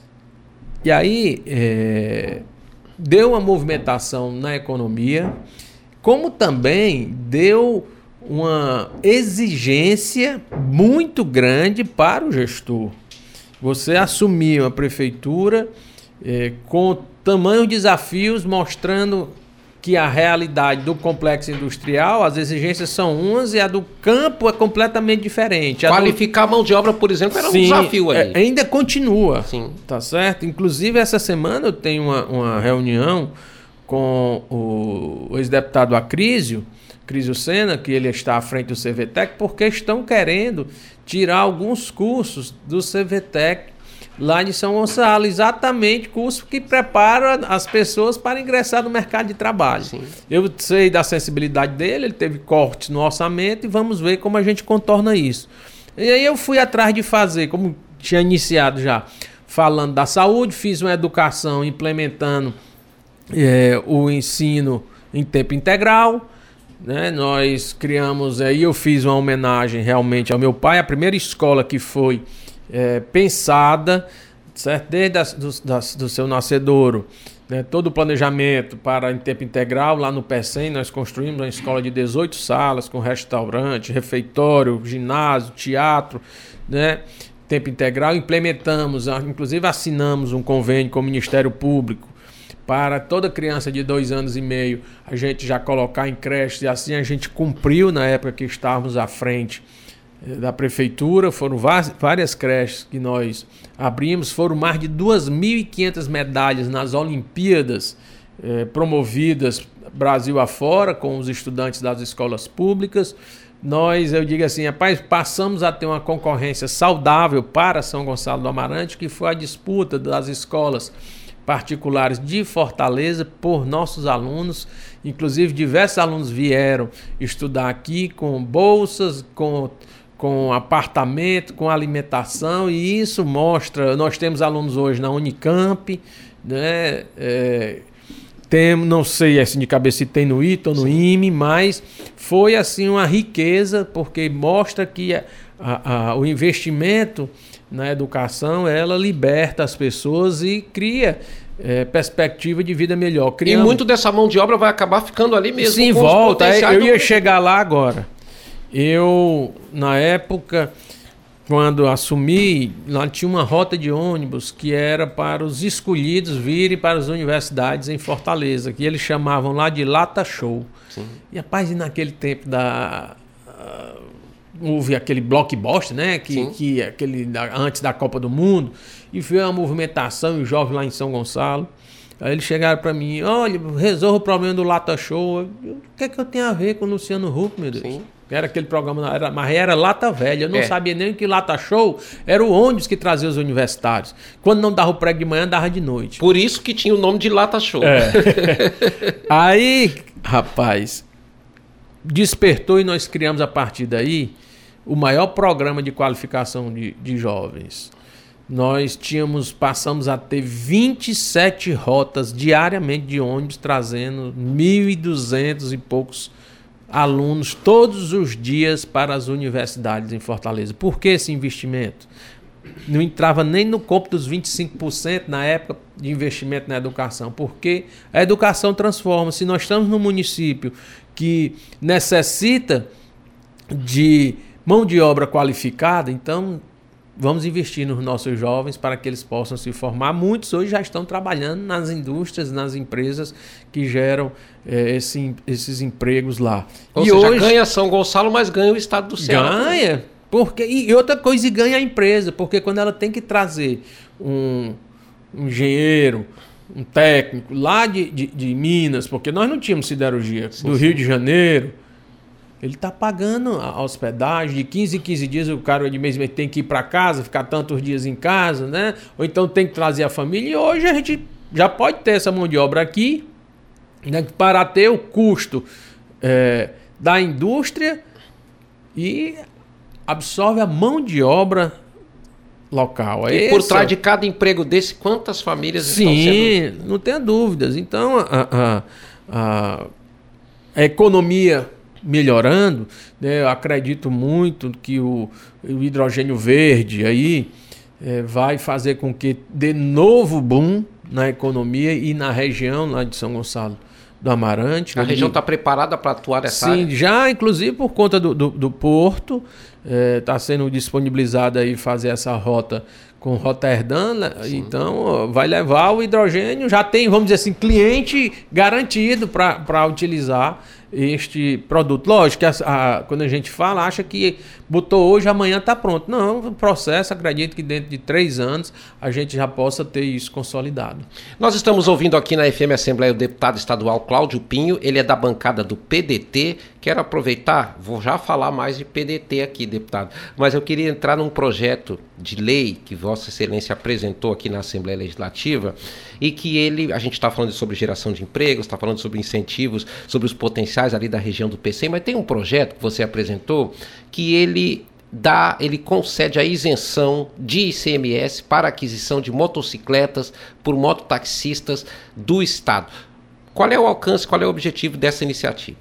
E aí, é, deu uma movimentação na economia, como também deu uma exigência muito grande para o gestor. Você assumir uma prefeitura é, com tamanhos desafios, mostrando que a realidade do complexo industrial, as exigências são umas e a do campo é completamente diferente. A Qualificar do... a mão de obra, por exemplo, era Sim, um desafio aí. É, ainda continua, Sim. tá certo? Inclusive, essa semana eu tenho uma, uma reunião com o, o ex-deputado Acrísio, Acrísio Sena, que ele está à frente do C V T E C, porque estão querendo tirar alguns cursos do C V T E C lá de São Gonçalo, exatamente curso que prepara as pessoas para ingressar no mercado de trabalho. Sim. Eu sei da sensibilidade dele, ele teve cortes no orçamento e vamos ver como a gente contorna isso. E aí eu fui atrás de fazer, como tinha iniciado já, falando da saúde, fiz uma educação implementando é, o ensino em tempo integral, né? Nós criamos, aí eu fiz uma homenagem realmente ao meu pai, a primeira escola que foi É, pensada, certo? Desde a, do, da, do seu nascedouro, né? Todo o planejamento para em tempo integral. Lá no Pecém nós construímos uma escola de dezoito salas, com restaurante, refeitório, ginásio, teatro, né? Tempo integral. Implementamos, inclusive assinamos um convênio com o Ministério Público para toda criança de dois anos e meio a gente já colocar em creche, e assim a gente cumpriu na época que estávamos à frente da prefeitura. Foram várias creches que nós abrimos, foram mais de duas mil e quinhentas medalhas nas Olimpíadas eh, promovidas Brasil afora com os estudantes das escolas públicas. Nós, eu digo assim, rapaz, passamos a ter uma concorrência saudável para São Gonçalo do Amarante, que foi a disputa das escolas particulares de Fortaleza por nossos alunos. Inclusive, diversos alunos vieram estudar aqui com bolsas, com com apartamento, com alimentação, e isso mostra, nós temos alunos hoje na Unicamp, né? É, tem, não sei assim de cabeça se tem no I T A ou no I M E, mas foi assim uma riqueza, porque mostra que a, a, a, o investimento na educação, ela liberta as pessoas e cria é, perspectiva de vida melhor. Criamos... E muito dessa mão de obra vai acabar ficando ali mesmo. Sim, volta, eu ia chegar lá agora. Eu, na época, quando assumi, lá tinha uma rota de ônibus que era para os escolhidos virem para as universidades em Fortaleza, que eles chamavam lá de Lata Show. Sim. E, rapaz, naquele tempo da, houve aquele blockbuster, né? Que, que aquele da, antes da Copa do Mundo, e veio uma movimentação, e os jovens lá em São Gonçalo. Aí eles chegaram para mim, olha, resolva o problema do Lata Show. Eu, o que é que eu tenho a ver com o Luciano Huck, meu Deus? Sim. Era aquele programa, era, mas era Lata Velha. Eu não é. sabia nem que Lata Show era o ônibus que trazia os universitários. Quando não dava o prego de manhã, dava de noite. Por isso que tinha o nome de Lata Show. É. Aí, rapaz, despertou e nós criamos a partir daí o maior programa de qualificação de, de jovens. Nós tínhamos, passamos a ter vinte e sete rotas diariamente de ônibus, trazendo mil e duzentos e poucos alunos todos os dias para as universidades em Fortaleza. Por que esse investimento? Não entrava nem no corpo dos vinte e cinco por cento na época de investimento na educação, porque a educação transforma. Se nós estamos num município que necessita de mão de obra qualificada, então vamos investir nos nossos jovens para que eles possam se formar. Muitos hoje já estão trabalhando nas indústrias, nas empresas que geram é, esse, esses empregos lá. Ou e seja, hoje ganha São Gonçalo, mas ganha o estado do Ceará. Ganha, porque, e outra coisa, e ganha a empresa, porque quando ela tem que trazer um, um engenheiro, um técnico lá de, de, de Minas, porque nós não tínhamos siderurgia, sim, do sim. Rio de Janeiro, ele está pagando a hospedagem, de quinze em quinze dias o cara de mês tem que ir para casa, ficar tantos dias em casa, né? Ou então tem que trazer a família. E hoje a gente já pode ter essa mão de obra aqui, né, para ter o custo é, da indústria e absorve a mão de obra local. E por trás de cada emprego desse, quantas famílias sim, estão sendo... Sim, não tenha dúvidas. Então, a, a, a, a economia melhorando, né, eu acredito muito que o, o hidrogênio verde aí é, vai fazer com que dê novo boom na economia e na região lá de São Gonçalo do Amarante. A região está preparada para atuar nessa Sim, área? Sim, já inclusive por conta do, do, do porto, está é, sendo disponibilizada aí fazer essa rota com Roterdã, sim. Então vai levar o hidrogênio, já tem, vamos dizer assim, cliente garantido para utilizar este produto. Lógico que a, a, quando a gente fala, acha que botou hoje, amanhã está pronto. Não, o processo, acredito que dentro de três anos a gente já possa ter isso consolidado. Nós estamos ouvindo aqui na F M Assembleia o deputado estadual Cláudio Pinho, ele é da bancada do P D T. Quero aproveitar, vou já falar mais de P D T aqui, deputado, mas eu queria entrar num projeto de lei que Vossa Excelência apresentou aqui na Assembleia Legislativa e que ele, a gente está falando sobre geração de empregos, está falando sobre incentivos, sobre os potenciais ali da região do P C, mas tem um projeto que você apresentou que ele dá, ele concede a isenção de I C M S para aquisição de motocicletas por mototaxistas do Estado. Qual é o alcance, qual é o objetivo dessa iniciativa?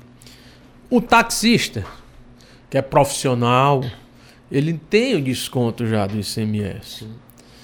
O taxista, que é profissional, ele tem o desconto já do I C M S. Sim.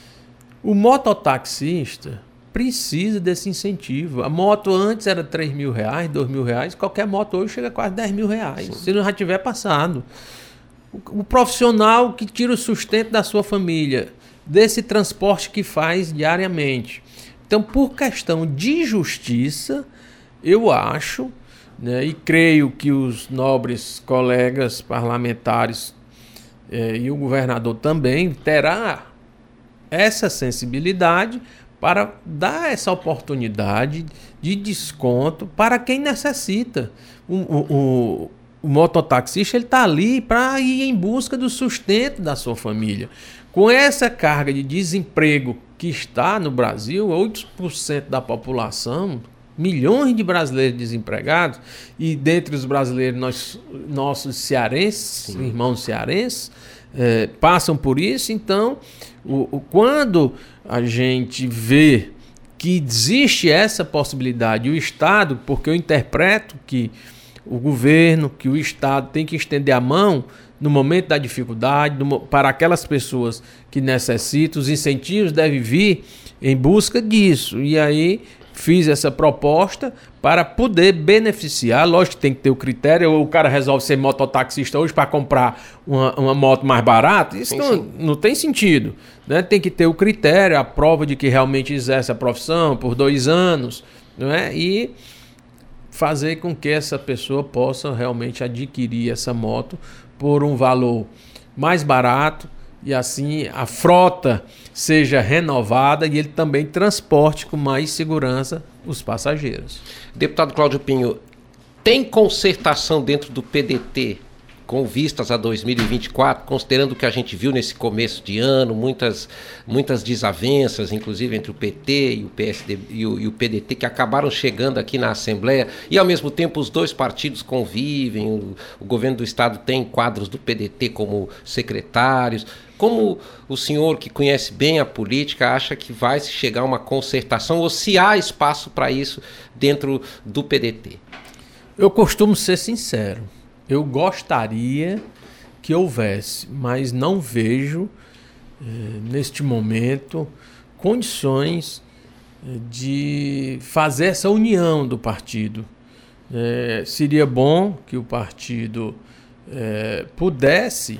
O mototaxista precisa desse incentivo. A moto antes era três mil reais, dois mil reais. Qualquer moto hoje chega a quase dez mil reais. Sim. Se não já tiver passado. O, o profissional que tira o sustento da sua família, desse transporte que faz diariamente. Então, por questão de justiça, eu acho, né, e creio que os nobres colegas parlamentares eh, e o governador também terá essa sensibilidade para dar essa oportunidade de desconto para quem necessita. O, o, o, o mototaxista está ali para ir em busca do sustento da sua família. Com essa carga de desemprego que está no Brasil, oito por cento da população, milhões de brasileiros desempregados, e dentre os brasileiros, nós, nossos cearenses, sim, irmãos cearenses, é, passam por isso. Então, o, o, quando a gente vê que existe essa possibilidade, o Estado, porque eu interpreto que o governo, que o Estado tem que estender a mão no momento da dificuldade, no, para aquelas pessoas que necessitam, os incentivos devem vir em busca disso. E aí fiz essa proposta para poder beneficiar. Lógico que tem que ter o critério. O cara resolve ser mototaxista hoje para comprar uma, uma moto mais barata. Isso sim, não, sim. não tem sentido, né? Tem que ter o critério, a prova de que realmente exerce a profissão por dois anos, não é? E fazer com que essa pessoa possa realmente adquirir essa moto por um valor mais barato e assim a frota seja renovada e ele também transporte com mais segurança os passageiros. Deputado Cláudio Pinho, tem concertação dentro do P D T com vistas a dois mil e vinte e quatro, considerando o que a gente viu nesse começo de ano, muitas, muitas desavenças, inclusive entre o P T e o P S D e o, e o P D T, que acabaram chegando aqui na Assembleia, e ao mesmo tempo os dois partidos convivem, o, o governo do Estado tem quadros do P D T como secretários. Como o senhor, que conhece bem a política, acha que vai se chegar a uma concertação, ou se há espaço para isso dentro do P D T? Eu costumo ser sincero. Eu gostaria que houvesse, mas não vejo, eh, neste momento, condições eh, de fazer essa união do partido. Eh, seria bom que o partido eh, pudesse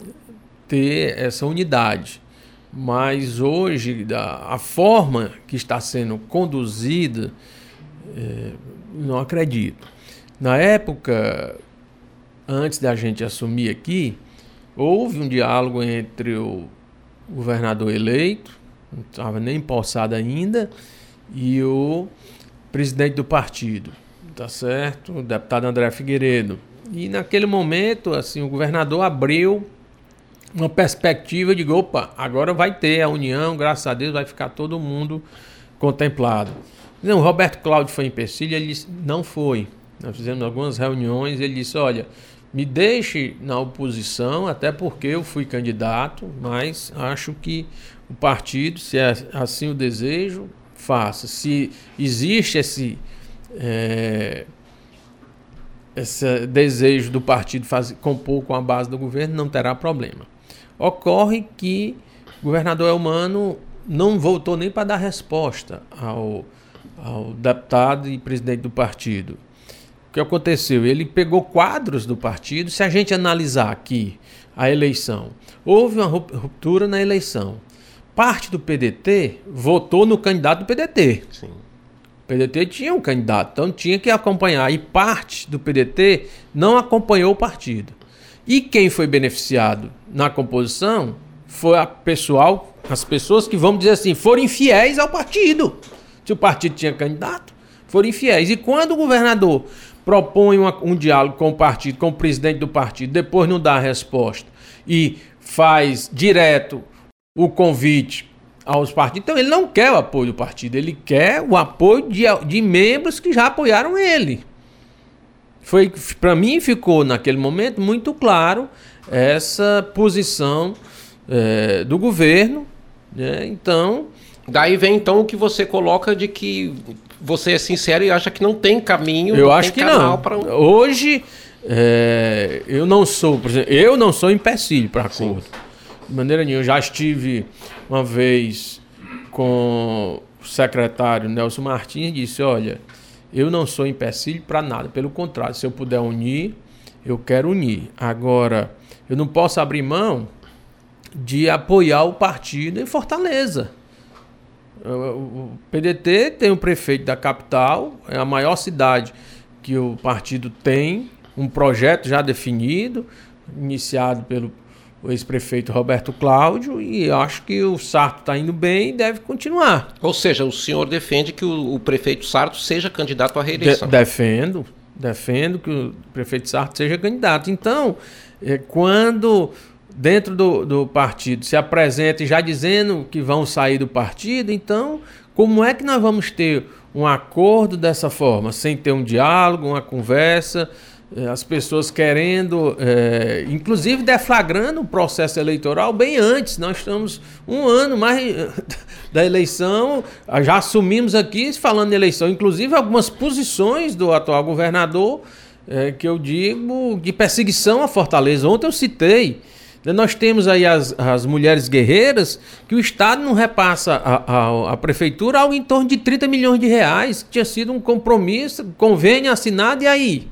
ter essa unidade, mas hoje, da, a forma que está sendo conduzida, eh, não acredito. Na época, antes da gente assumir aqui, houve um diálogo entre o governador eleito, não estava nem empossado ainda, e o presidente do partido, tá certo? O deputado André Figueiredo. E naquele momento, assim, o governador abriu uma perspectiva de, opa, agora vai ter a união, graças a Deus vai ficar todo mundo contemplado. Não, o Roberto Cláudio foi empecilho, ele disse, não foi. Nós fizemos algumas reuniões, ele disse, olha, me deixe na oposição, até porque eu fui candidato, mas acho que o partido, se é assim o desejo, faça. Se existe esse, é, esse desejo do partido fazer, compor com a base do governo, não terá problema. Ocorre que o governador Elmano não voltou nem para dar resposta ao, ao deputado e presidente do partido. O que aconteceu? Ele pegou quadros do partido. Se a gente analisar aqui a eleição, houve uma ruptura na eleição. Parte do P D T votou no candidato do P D T. Sim. O P D T tinha um candidato, então tinha que acompanhar. E parte do P D T não acompanhou o partido. E quem foi beneficiado na composição foi a pessoal, as pessoas que, vamos dizer assim, foram infiéis ao partido. Se o partido tinha candidato, foram infiéis. E quando o governador propõe uma, um diálogo com o partido, com o presidente do partido, depois não dá a resposta e faz direto o convite aos partidos, então ele não quer o apoio do partido, ele quer o apoio de, de membros que já apoiaram ele. Foi, para mim ficou naquele momento muito claro essa posição é, do governo, né? Então, daí vem então o que você coloca de que você é sincero e acha que não tem caminho. Eu não acho tem que não. Pra... Hoje é, eu não sou, por exemplo, eu não sou empecilho para acordo. Sim. De maneira nenhuma. Eu já estive uma vez com o secretário Nelson Martins e disse, olha, eu não sou empecilho para nada. Pelo contrário, se eu puder unir, eu quero unir. Agora, eu não posso abrir mão de apoiar o partido em Fortaleza. O P D T tem o prefeito da capital, é a maior cidade que o partido tem, um projeto já definido, iniciado pelo ex-prefeito Roberto Cláudio, e acho que o Sarto está indo bem e deve continuar. Ou seja, o senhor defende que o, o prefeito Sarto seja candidato à reeleição? De, defendo, defendo que o prefeito Sarto seja candidato. Então, é, quando dentro do, do partido se apresenta já dizendo que vão sair do partido, então como é que nós vamos ter um acordo dessa forma, sem ter um diálogo, uma conversa, as pessoas querendo, é, inclusive deflagrando o processo eleitoral bem antes. Nós estamos um ano mais da eleição, já assumimos aqui, falando de eleição, inclusive algumas posições do atual governador, é, que eu digo, de perseguição a Fortaleza. Ontem eu citei, nós temos aí as, as mulheres guerreiras, que o Estado não repassa à prefeitura algo em torno de trinta milhões de reais, que tinha sido um compromisso, convênio assinado, e aí?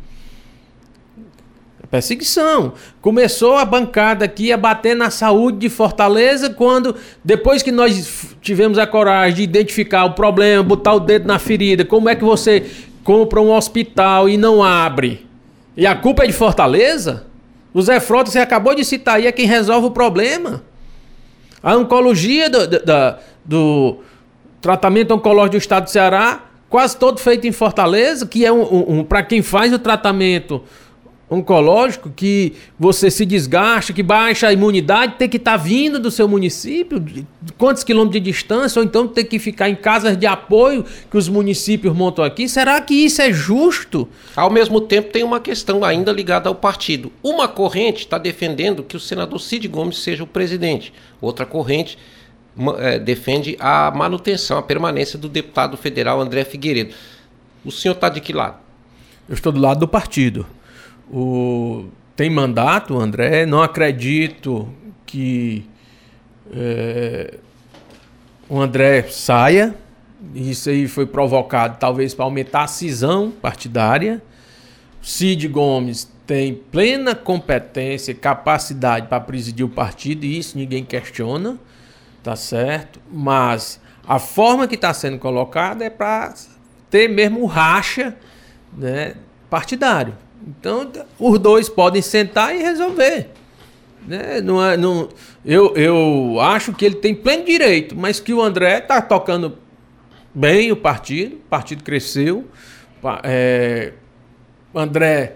Perseguição. Começou a bancada aqui a bater na saúde de Fortaleza, quando, depois que nós tivemos a coragem de identificar o problema, botar o dedo na ferida, como é que você compra um hospital e não abre, e a culpa é de Fortaleza? O Zé Frota, você acabou de citar aí, é quem resolve o problema. A oncologia do, do, do tratamento oncológico do estado do Ceará, quase todo feito em Fortaleza, que é um, um, um para quem faz o tratamento oncológico, que você se desgasta, que baixa a imunidade, tem que estar tá vindo do seu município, de quantos quilômetros de distância, ou então tem que ficar em casas de apoio que os municípios montam aqui. Será que isso é justo? Ao mesmo tempo, tem uma questão ainda ligada ao partido. Uma corrente está defendendo que o senador Cid Gomes seja o presidente. Outra corrente é, defende a manutenção, a permanência do deputado federal André Figueiredo. O senhor está de que lado? Eu estou do lado do partido. O... Tem mandato, André. Não acredito que é... o André saia. Isso aí foi provocado talvez para aumentar a cisão partidária. Cid Gomes tem plena competência e capacidade para presidir o partido, e isso ninguém questiona, tá certo? Mas a forma que está sendo colocada é para ter mesmo racha, né, partidário. Então, os dois podem sentar e resolver. Né? Não é, não, eu, eu acho que ele tem pleno direito, mas que o André está tocando bem o partido, o partido cresceu. É, André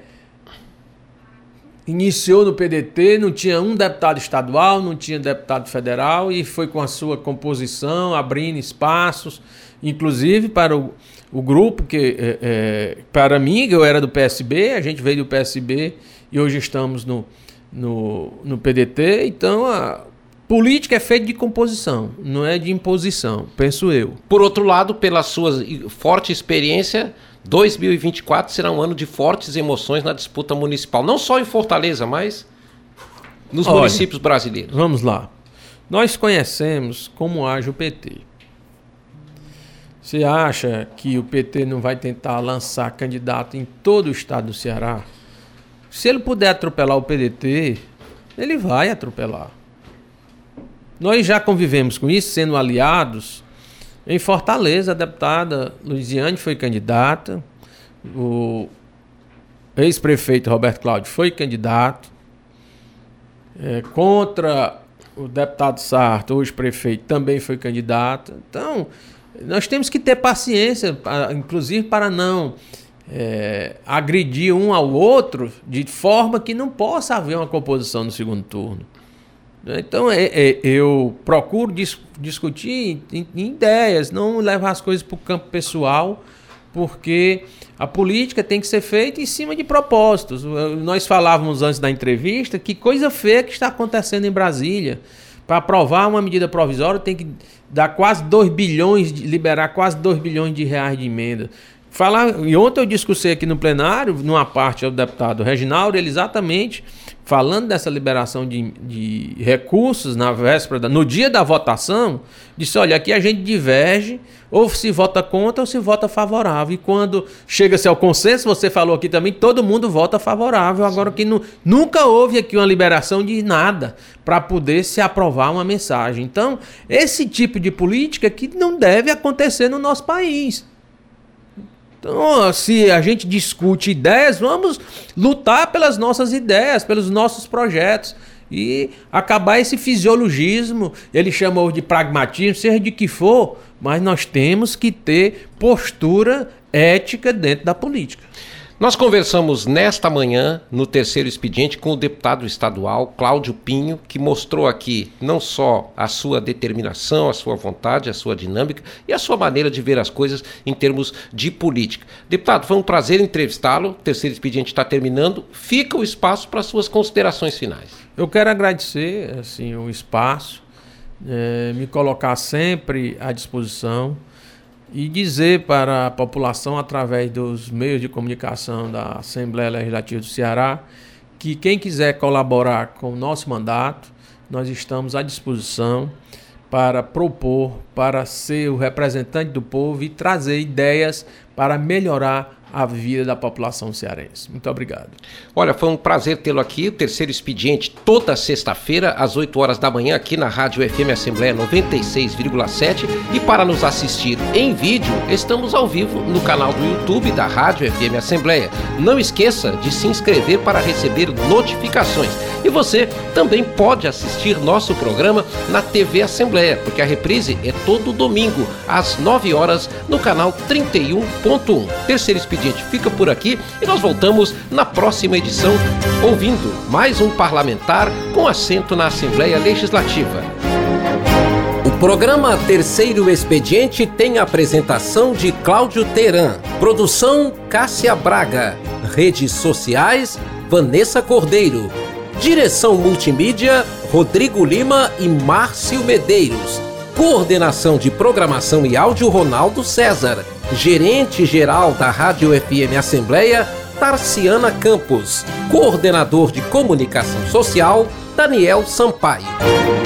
iniciou no P D T, não tinha um deputado estadual, não tinha deputado federal, e foi com a sua composição, abrindo espaços, inclusive para o O grupo, que é, é, para mim, eu era do P S B, a gente veio do P S B e hoje estamos no, no, no P D T. Então, a política é feita de composição, não é de imposição, penso eu. Por outro lado, pela sua forte experiência, dois mil e vinte e quatro será um ano de fortes emoções na disputa municipal. Não só em Fortaleza, mas nos Olha, municípios brasileiros. Vamos lá. Nós conhecemos como age o P T. Você acha que o P T não vai tentar lançar candidato em todo o estado do Ceará? Se ele puder atropelar o P D T, ele vai atropelar. Nós já convivemos com isso, sendo aliados. Em Fortaleza, a deputada Luiziane foi candidata, o ex-prefeito Roberto Cláudio foi candidato, é, contra o deputado Sarto, hoje prefeito, também foi candidato. Então, nós temos que ter paciência, inclusive para não é, agredir um ao outro de forma que não possa haver uma composição no segundo turno. Então é, é, eu procuro dis- discutir em, em ideias, não levar as coisas para o campo pessoal, porque a política tem que ser feita em cima de propósitos. Nós falávamos antes da entrevista que coisa feia que está acontecendo em Brasília. Para aprovar uma medida provisória tem que dar quase dois bilhões, de, liberar quase dois bilhões de reais de emenda. Falar, e ontem eu discussei aqui no plenário, numa parte, o deputado Reginaldo, ele exatamente falando dessa liberação de, de recursos na véspera, da, no dia da votação, disse, olha, aqui a gente diverge, ou se vota contra ou se vota favorável. E quando chega-se ao consenso, você falou aqui também, todo mundo vota favorável. Agora que nu, nunca houve aqui uma liberação de nada para poder se aprovar uma mensagem. Então, esse tipo de política que não deve acontecer no nosso país. Então, se a gente discute ideias, vamos lutar pelas nossas ideias, pelos nossos projetos e acabar esse fisiologismo, ele chamou de pragmatismo, seja de que for, mas nós temos que ter postura ética dentro da política. Nós conversamos nesta manhã, no terceiro expediente, com o deputado estadual Cláudio Pinho, que mostrou aqui não só a sua determinação, a sua vontade, a sua dinâmica e a sua maneira de ver as coisas em termos de política. Deputado, foi um prazer entrevistá-lo, o terceiro expediente está terminando, fica o espaço para suas considerações finais. Eu quero agradecer assim, o espaço, é, me colocar sempre à disposição, e dizer para a população, através dos meios de comunicação da Assembleia Legislativa do Ceará, que quem quiser colaborar com o nosso mandato, nós estamos à disposição para propor, para ser o representante do povo e trazer ideias para melhorar a vida da população cearense. Muito obrigado. Olha, foi um prazer tê-lo aqui, o Terceiro Expediente, toda sexta-feira, às oito horas da manhã, aqui na Rádio F M Assembleia noventa e seis vírgula sete. E para nos assistir em vídeo, estamos ao vivo no canal do YouTube da Rádio F M Assembleia. Não esqueça de se inscrever para receber notificações. E você também pode assistir nosso programa na T V Assembleia, porque a reprise é todo domingo, às nove horas, no canal trinta e um ponto um. Terceiro Expediente fica por aqui e nós voltamos na próxima edição, ouvindo mais um parlamentar com assento na Assembleia Legislativa. O programa Terceiro Expediente tem a apresentação de Cláudio Teran, produção Cássia Braga, redes sociais Vanessa Cordeiro, direção multimídia Rodrigo Lima e Márcio Medeiros, coordenação de programação e áudio Ronaldo César, gerente-geral da Rádio F M Assembleia Tarciana Campos, coordenador de comunicação social Daniel Sampaio.